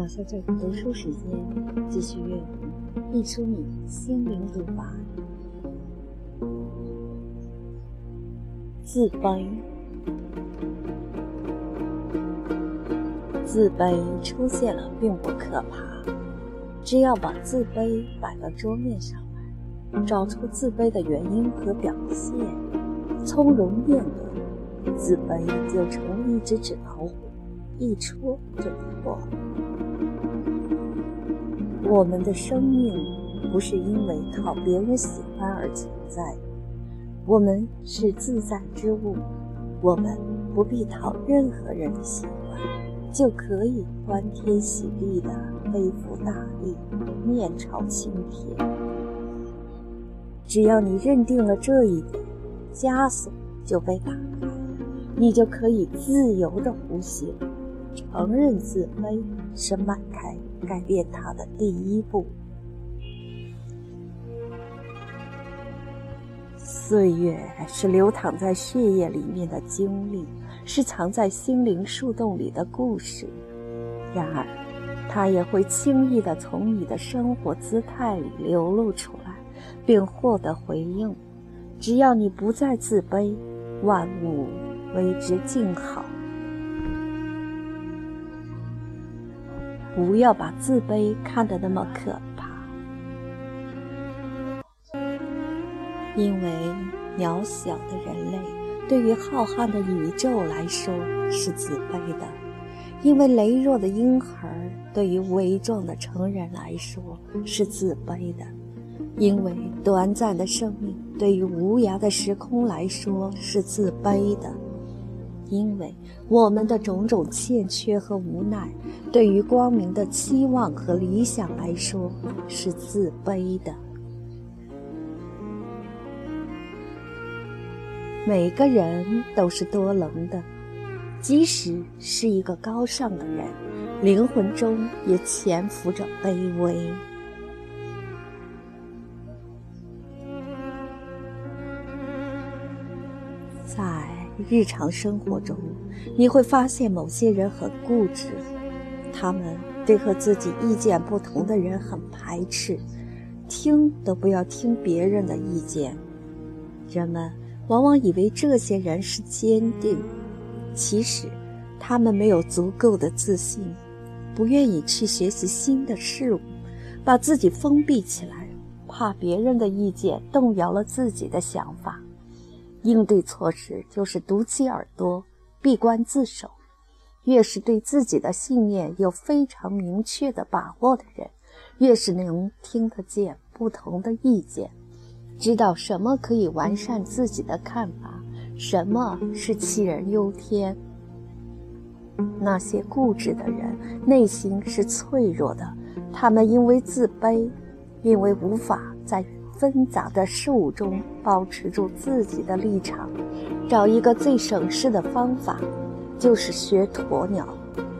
马上这个读书时间，继续阅读一书米心灵独白。自卑，自卑出现了并不可怕，只要把自卑摆到桌面上来，找出自卑的原因和表现，从容面对，自卑就成一只纸老虎，一戳就破了。我们的生命不是因为讨别人喜欢而存在的，我们是自在之物，我们不必讨任何人的喜欢，就可以欢天喜地地飞赴大地，面朝青天。只要你认定了这一点，枷锁就被打开，你就可以自由地呼吸了。承认自卑是迈开改变它的第一步。岁月是流淌在血液里面的经历，是藏在心灵树洞里的故事。然而，它也会轻易地从你的生活姿态里流露出来，并获得回应。只要你不再自卑，万物为之静好。不要把自卑看得那么可怕，因为渺小的人类对于浩瀚的宇宙来说是自卑的，因为羸弱的婴孩对于伟壮的成人来说是自卑的，因为短暂的生命对于无涯的时空来说是自卑的，因为我们的种种欠缺和无奈对于光明的期望和理想来说是自卑的。每个人都是多棱的，即使是一个高尚的人，灵魂中也潜伏着卑微。在日常生活中，你会发现某些人很固执，他们对和自己意见不同的人很排斥，听都不要听别人的意见。人们往往以为这些人是坚定，其实他们没有足够的自信，不愿意去学习新的事物，把自己封闭起来，怕别人的意见动摇了自己的想法。应对措施就是堵起耳朵，闭关自守。越是对自己的信念有非常明确的把握的人，越是能听得见不同的意见，知道什么可以完善自己的看法，什么是杞人忧天。那些固执的人内心是脆弱的，他们因为自卑，因为无法在纷杂的事物中保持住自己的立场，找一个最省事的方法，就是学鸵鸟。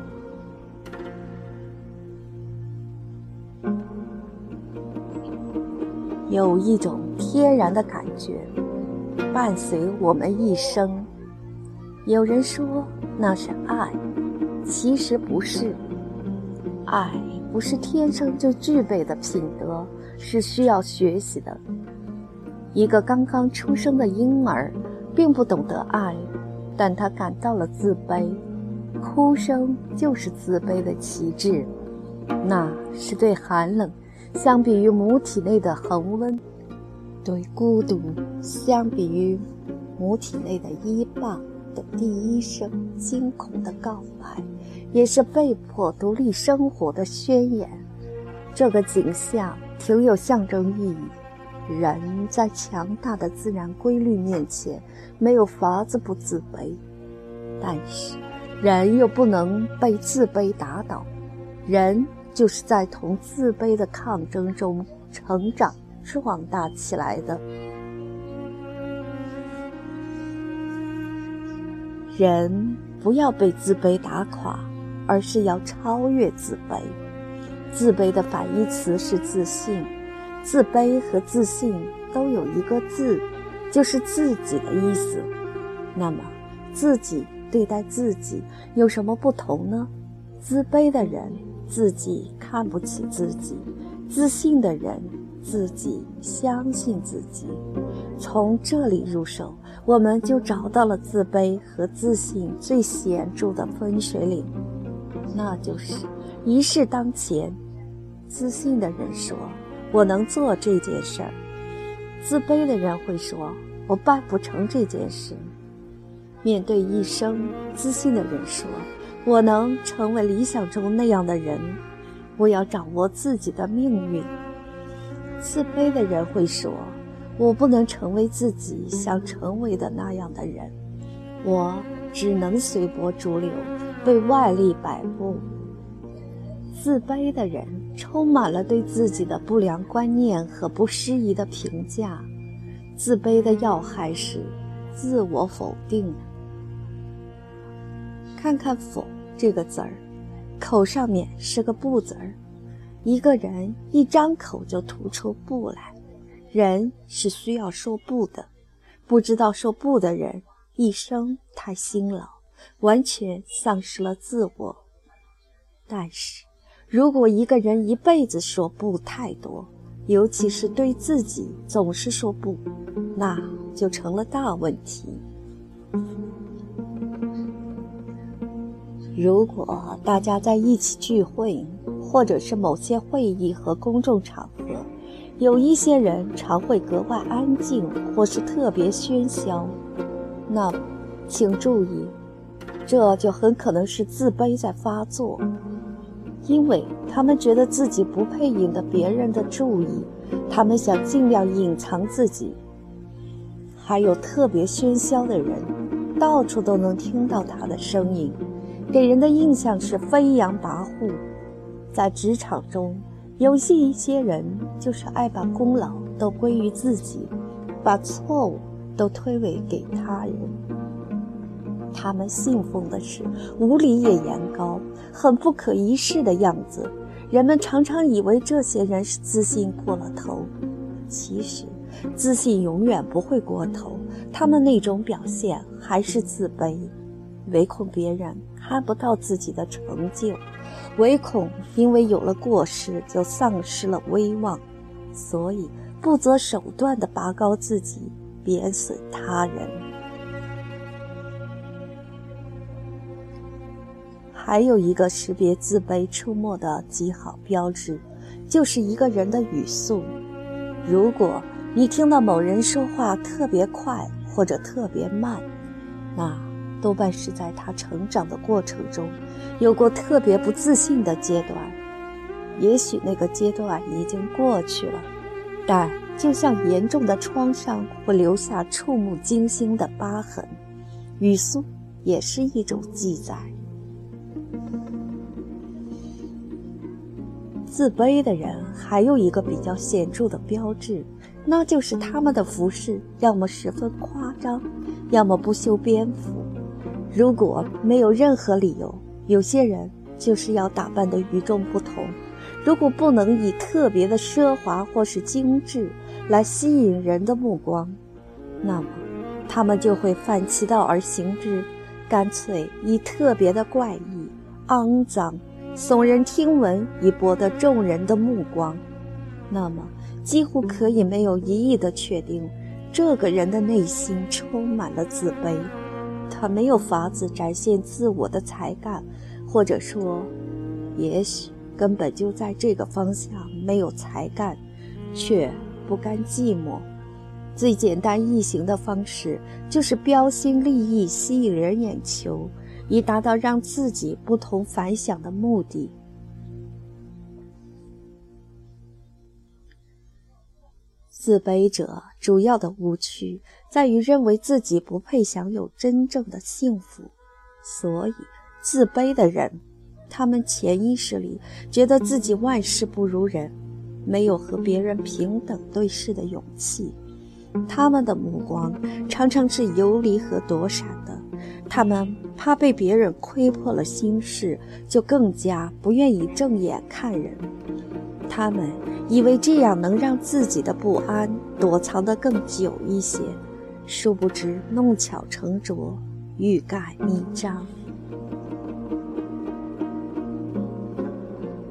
有一种天然的感觉伴随我们一生，有人说那是爱，其实不是。爱不是天生就具备的品德，是需要学习的。一个刚刚出生的婴儿并不懂得爱，但他感到了自卑，哭声就是自卑的旗帜，那是对寒冷相比于母体内的恒温，对孤独相比于母体内的依傍的第一声惊恐的告白，也是被迫独立生活的宣言。这个景象挺有象征意义。人在强大的自然规律面前没有法子不自卑，但是人又不能被自卑打倒，人就是在同自卑的抗争中成长壮大起来的。人不要被自卑打垮，而是要超越自卑。自卑的反义词是自信，自卑和自信都有一个字，就是自己的意思。那么自己对待自己有什么不同呢？自卑的人自己看不起自己；自信的人自己相信自己。从这里入手，我们就找到了自卑和自信最显著的分水岭，那就是一事当前。自信的人说，我能做这件事儿；自卑的人会说，我办不成这件事。面对一生，自信的人说，我能成为理想中那样的人，我要掌握自己的命运。自卑的人会说，我不能成为自己想成为的那样的人，我只能随波逐流，被外力摆布。自卑的人充满了对自己的不良观念和不适宜的评价。自卑的要害是自我否定。看看否这个字儿，口上面是个不字儿，一个人一张口就吐出不来。人是需要说不的，不知道说不的人一生太辛劳，完全丧失了自我。但是如果一个人一辈子说不太多，尤其是对自己总是说不，那就成了大问题。如果大家在一起聚会，或者是某些会议和公众场合，有一些人常会格外安静，或是特别喧嚣，那么请注意，这就很可能是自卑在发作，因为他们觉得自己不配引得别人的注意，他们想尽量隐藏自己。还有特别喧嚣的人，到处都能听到他的声音，给人的印象是飞扬跋扈。在职场中，有一些人就是爱把功劳都归于自己，把错误都推诿给他人。他们信奉的是无理也言高，很不可一世的样子，人们常常以为这些人是自信过了头。其实自信永远不会过头，他们那种表现还是自卑，唯恐别人看不到自己的成就，唯恐因为有了过失就丧失了威望，所以不择手段地拔高自己，贬损他人。还有一个识别自卑出没的极好标志，就是一个人的语速。如果你听到某人说话特别快或者特别慢，那多半是在他成长的过程中有过特别不自信的阶段。也许那个阶段已经过去了，但就像严重的创伤会留下触目惊心的疤痕，语速也是一种记载。自卑的人还有一个比较显著的标志，那就是他们的服饰要么十分夸张，要么不修边幅。如果没有任何理由，有些人就是要打扮得与众不同。如果不能以特别的奢华或是精致来吸引人的目光，那么他们就会反其道而行之，干脆以特别的怪异、肮脏、耸人听闻以博得众人的目光。那么几乎可以没有疑义地确定，这个人的内心充满了自卑，他没有法子展现自我的才干，或者说也许根本就在这个方向没有才干，却不甘寂寞。最简单易行的方式就是标新立异，吸引人眼球，以达到让自己不同凡响的目的。自卑者主要的误区在于认为自己不配享有真正的幸福，所以自卑的人，他们潜意识里觉得自己万事不如人，没有和别人平等对视的勇气。他们的目光常常是游离和躲闪的，他们怕被别人窥破了心事，就更加不愿意正眼看人。他们以为这样能让自己的不安躲藏得更久一些，殊不知弄巧成拙，欲盖弥彰。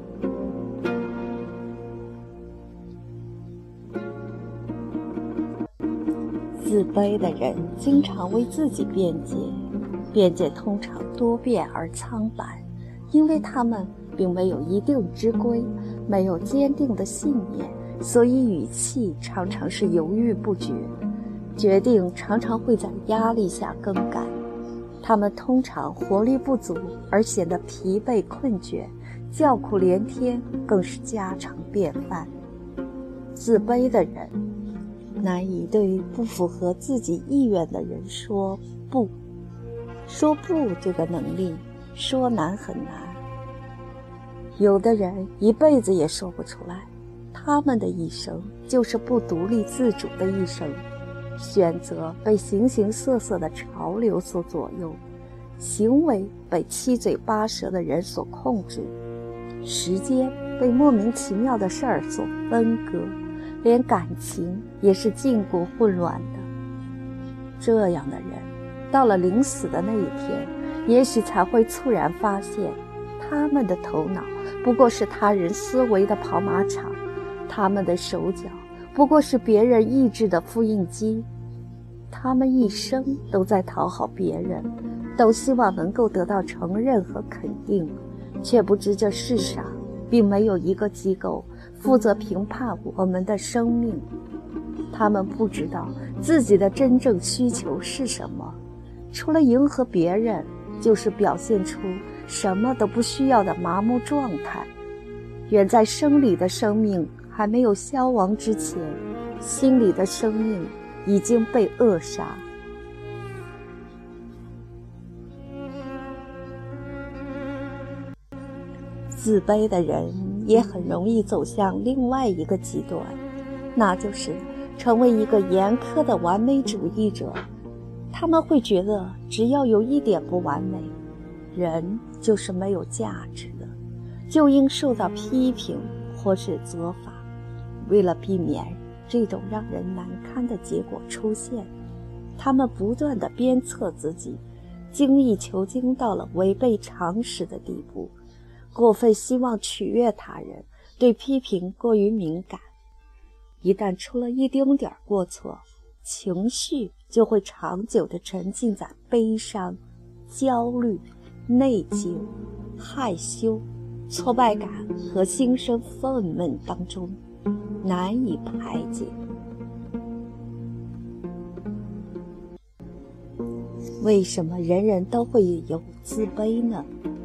自卑的人经常为自己辩解，辩解通常多变而苍白，因为他们并没有一定之规，没有坚定的信念，所以语气常常是犹豫不决，决定常常会在压力下更改。他们通常活力不足，而显得疲惫困倦，叫苦连天，更是家常便饭。自卑的人难以对不符合自己意愿的人说不，说不这个能力说难很难，有的人一辈子也说不出来，他们的一生就是不独立自主的一生，选择被形形色色的潮流所左右，行为被七嘴八舌的人所控制，时间被莫名其妙的事儿所分割，连感情也是禁锢混乱的。这样的人到了临死的那一天，也许才会猝然发现，他们的头脑不过是他人思维的跑马场，他们的手脚不过是别人意志的复印机，他们一生都在讨好别人，都希望能够得到承认和肯定，却不知这世上并没有一个机构负责评判我们的生命。他们不知道自己的真正需求是什么，除了迎合别人，就是表现出什么都不需要的麻木状态。远在生理的生命还没有消亡之前，心理的生命已经被扼杀。自卑的人也很容易走向另外一个极端，那就是成为一个严苛的完美主义者。他们会觉得只要有一点不完美，人就是没有价值的，就应受到批评或是责罚。为了避免这种让人难堪的结果出现，他们不断地鞭策自己，精益求精到了违背常识的地步，过分希望取悦他人，对批评过于敏感。一旦出了一丁点过错，情绪就会长久地沉浸在悲伤、焦虑、内疚、害羞、挫败感和心生愤懑当中，难以排解。为什么人人都会有自卑呢？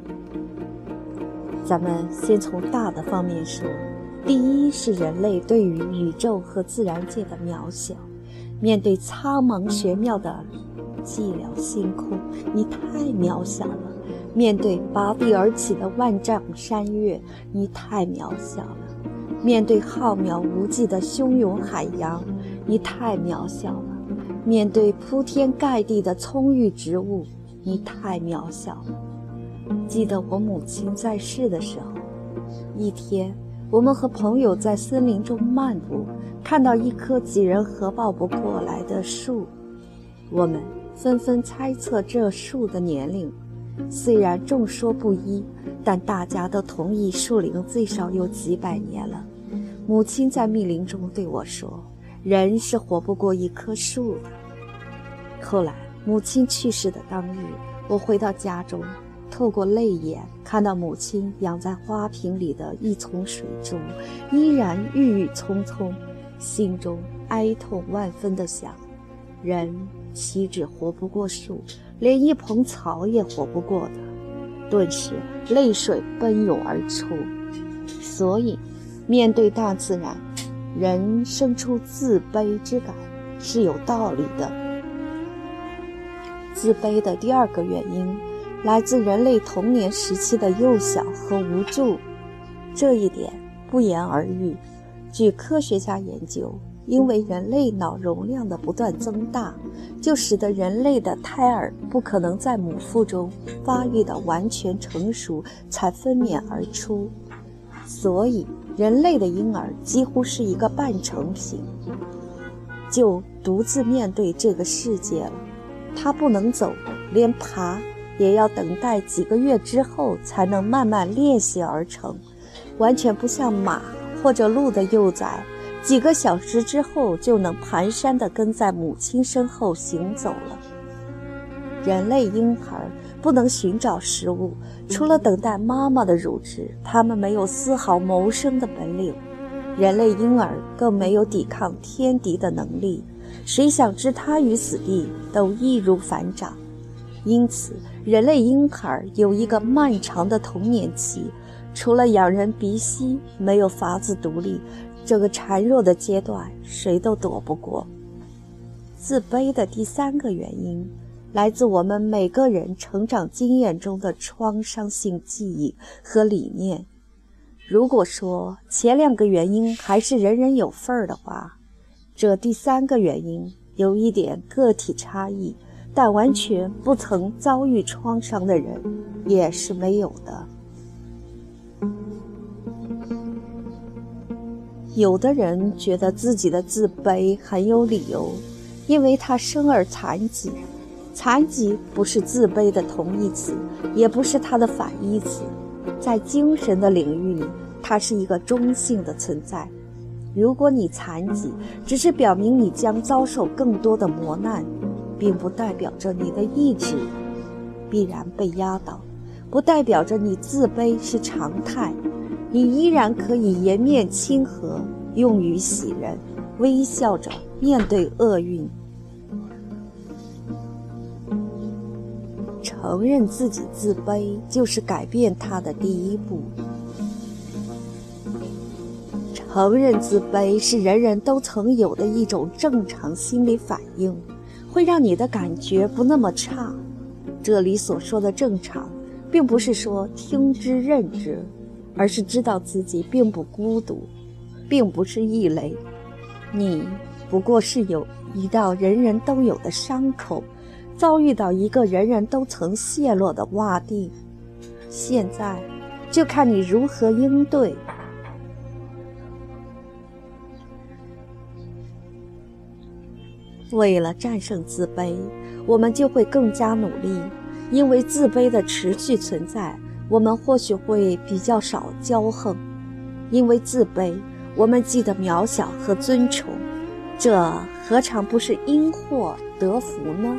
咱们先从大的方面说，第一是人类对于宇宙和自然界的渺小。面对苍茫玄妙的寂寥星空，你太渺小了；面对拔地而起的万丈山岳，你太渺小了；面对浩渺无际的汹涌海洋，你太渺小了；面对铺天盖地的葱郁植物，你太渺小了。记得我母亲在世的时候，一天我们和朋友在森林中漫步，看到一棵几人合抱不过来的树，我们纷纷猜测这树的年龄，虽然众说不一，但大家都同意树龄最少有几百年了。母亲在密林中对我说，人是活不过一棵树的。后来母亲去世的当日，我回到家中，透过泪眼看到母亲养在花瓶里的一丛水珠依然郁郁葱葱，心中哀痛万分地想，人岂止活不过树，连一捧草也活不过的。顿时泪水奔涌而出。所以面对大自然，人生出自卑之感是有道理的。自卑的第二个原因来自人类童年时期的幼小和无助，这一点不言而喻。据科学家研究，因为人类脑容量的不断增大，就使得人类的胎儿不可能在母腹中发育到完全成熟才分娩而出，所以人类的婴儿几乎是一个半成品，就独自面对这个世界了。他不能走，连爬也要等待几个月之后才能慢慢练习而成，完全不像马或者鹿的幼崽， 几个小时之后就能蹒跚地跟在母亲身后行走了。人类婴儿不能寻找食物，除了等待妈妈的乳汁，他们没有丝毫谋生的本领。人类婴儿更没有抵抗天敌的能力，谁想置他于死地，都易如反掌。因此，人类婴儿有一个漫长的童年期，除了仰人鼻息，没有法子独立。这个孱弱的阶段，谁都躲不过。自卑的第三个原因，来自我们每个人成长经验中的创伤性记忆和理念。如果说前两个原因还是人人有份的话，这第三个原因有一点个体差异，但完全不曾遭遇创伤的人也是没有的。有的人觉得自己的自卑很有理由，因为他生而残疾。残疾不是自卑的同义词，也不是它的反义词。在精神的领域里，它是一个中性的存在。如果你残疾，只是表明你将遭受更多的磨难，并不代表着你的意志必然被压倒，不代表着你自卑是常态。你依然可以颜面亲和，用于喜人，微笑着面对厄运。承认自己自卑，就是改变它的第一步。承认自卑是人人都曾有的一种正常心理反应，会让你的感觉不那么差。这里所说的正常，并不是说听之任之，而是知道自己并不孤独，并不是异类。你不过是有一道人人都有的伤口，遭遇到一个人人都曾陷落的洼地。现在就看你如何应对。为了战胜自卑，我们就会更加努力。因为自卑的持续存在，我们或许会比较少骄横。因为自卑，我们记得渺小和尊崇，这何尝不是因祸得福呢？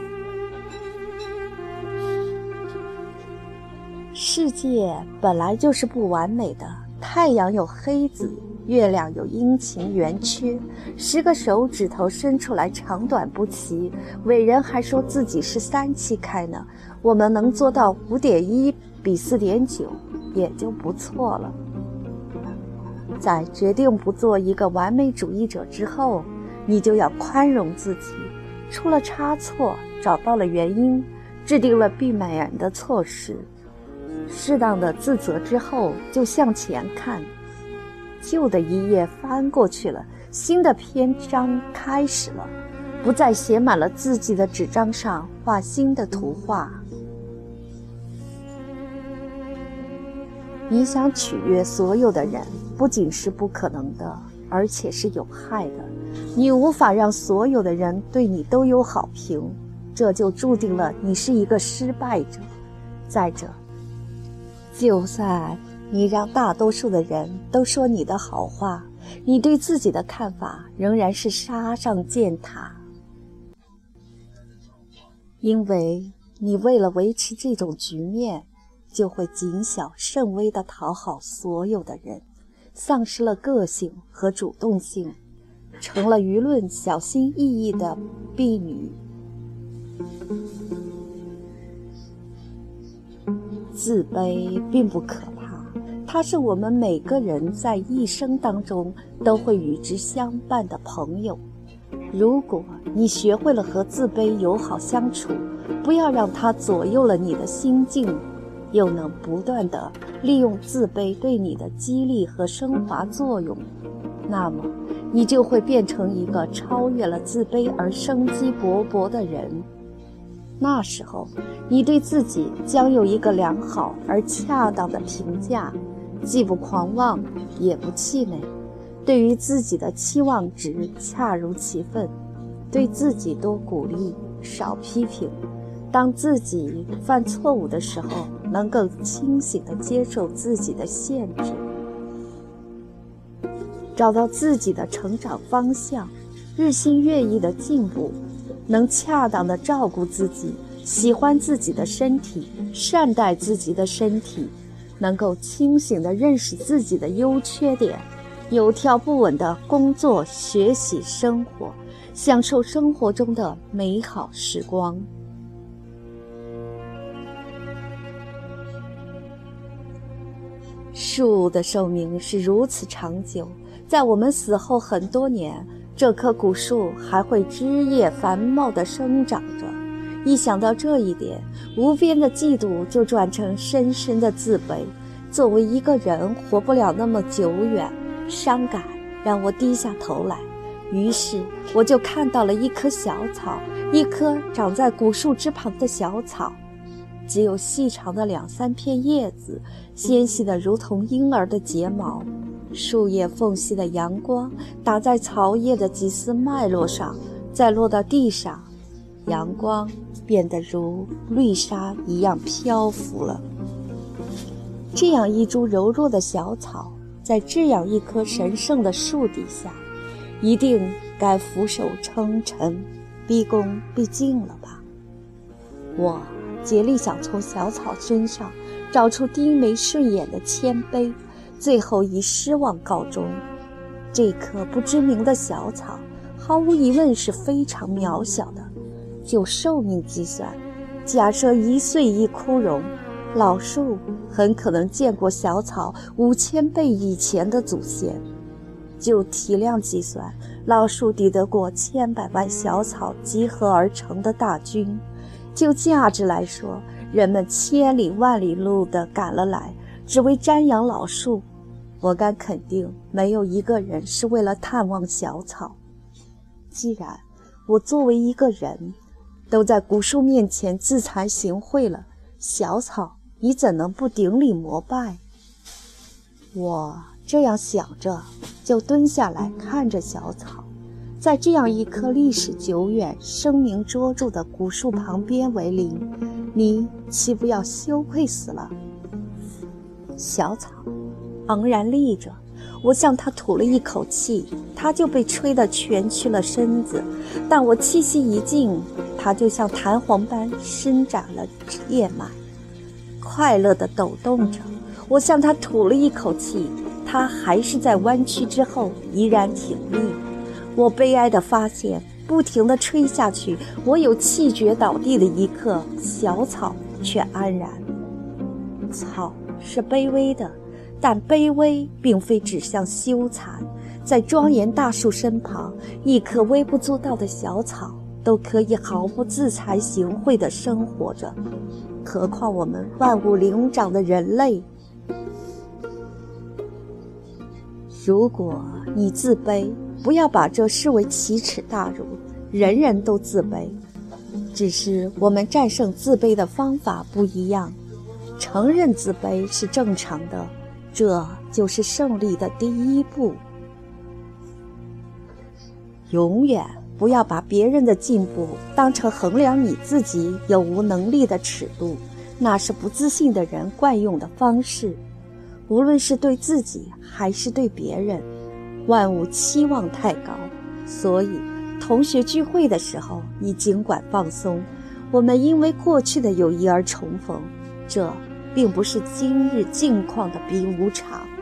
世界本来就是不完美的，太阳有黑子，月亮有阴晴圆缺，10个手指头伸出来长短不齐，伟人还说自己是3七开呢。我们能做到5.1比4.9也就不错了。在决定不做一个完美主义者之后，你就要宽容自己，出了差错，找到了原因，制定了避免的措施，适当的自责之后，就向前看。旧的一页翻过去了，新的篇章开始了，不再写满了自己的纸张上画新的图画。你想取悦所有的人，不仅是不可能的，而且是有害的。你无法让所有的人对你都有好评，这就注定了你是一个失败者。再者，就算你让大多数的人都说你的好话，你对自己的看法仍然是沙上践踏。因为你为了维持这种局面，就会谨小慎微地讨好所有的人，丧失了个性和主动性，成了舆论小心翼翼的婢女。自卑并不可怕，它是我们每个人在一生当中都会与之相伴的朋友。如果你学会了和自卑友好相处，不要让它左右了你的心境，又能不断地利用自卑对你的激励和升华作用，那么你就会变成一个超越了自卑而生机勃勃的人。那时候，你对自己将有一个良好而恰当的评价，既不狂妄，也不气馁，对于自己的期望值恰如其分，对自己多鼓励，少批评。当自己犯错误的时候，能更清醒地接受自己的限制。 找到自己的成长方向，日新月异的进步，能恰当的照顾自己，喜欢自己的身体，善待自己的身体，能够清醒地认识自己的优缺点，有条不紊地工作、学习、生活，享受生活中的美好时光。树的寿命是如此长久，在我们死后很多年，这棵古树还会枝叶繁茂地生长着。一想到这一点，无边的嫉妒就转成深深的自卑。作为一个人活不了那么久远，伤感让我低下头来。于是我就看到了一棵小草，一棵长在古树之旁的小草，只有细长的2-3片叶子，纤细的如同婴儿的睫毛。树叶缝隙的阳光打在草叶的几丝脉络上，再落到地上，阳光变得如绿纱一样漂浮了。这样一株柔弱的小草，在这样一棵神圣的树底下，一定该俯首称臣，毕恭毕敬了吧。我竭力想从小草身上找出低眉顺眼的谦卑，最后以失望告终。这棵不知名的小草毫无疑问是非常渺小的，就寿命计算，假设1岁1枯荣，老树很可能见过小草5000倍以前的祖先。就体量计算，老树抵得过千百万小草集合而成的大军。就价值来说，人们千里万里路地赶了来，只为瞻仰老树。我敢肯定，没有一个人是为了探望小草。既然我作为一个人，都在古树面前自惭形秽了，小草你怎能不顶礼膜拜？我这样想着，就蹲下来看着小草，在这样一棵历史久远、声名卓著的古树旁边为邻，你岂不要羞愧死了？小草昂然立着，我向它吐了一口气，它就被吹得蜷曲了身子，但我气息一尽，它就像弹簧般伸展了叶脉，快乐地抖动着。我向它吐了一口气，它还是在弯曲之后依然挺立。我悲哀地发现，不停地吹下去，我有气绝倒地的一刻，小草却安然。草是卑微的，但卑微并非指向羞惭。在庄严大树身旁，一棵微不足道的小草都可以毫不自惭形秽地生活着，何况我们万物灵长的人类。如果你自卑，不要把这视为奇耻大辱，人人都自卑，只是我们战胜自卑的方法不一样。承认自卑是正常的，这就是胜利的第一步。永远不要把别人的进步当成衡量你自己有无能力的尺度，那是不自信的人惯用的方式。无论是对自己还是对别人，万物期望太高，所以同学聚会的时候，你尽管放松。我们因为过去的友谊而重逢，这并不是今日境况的比武场。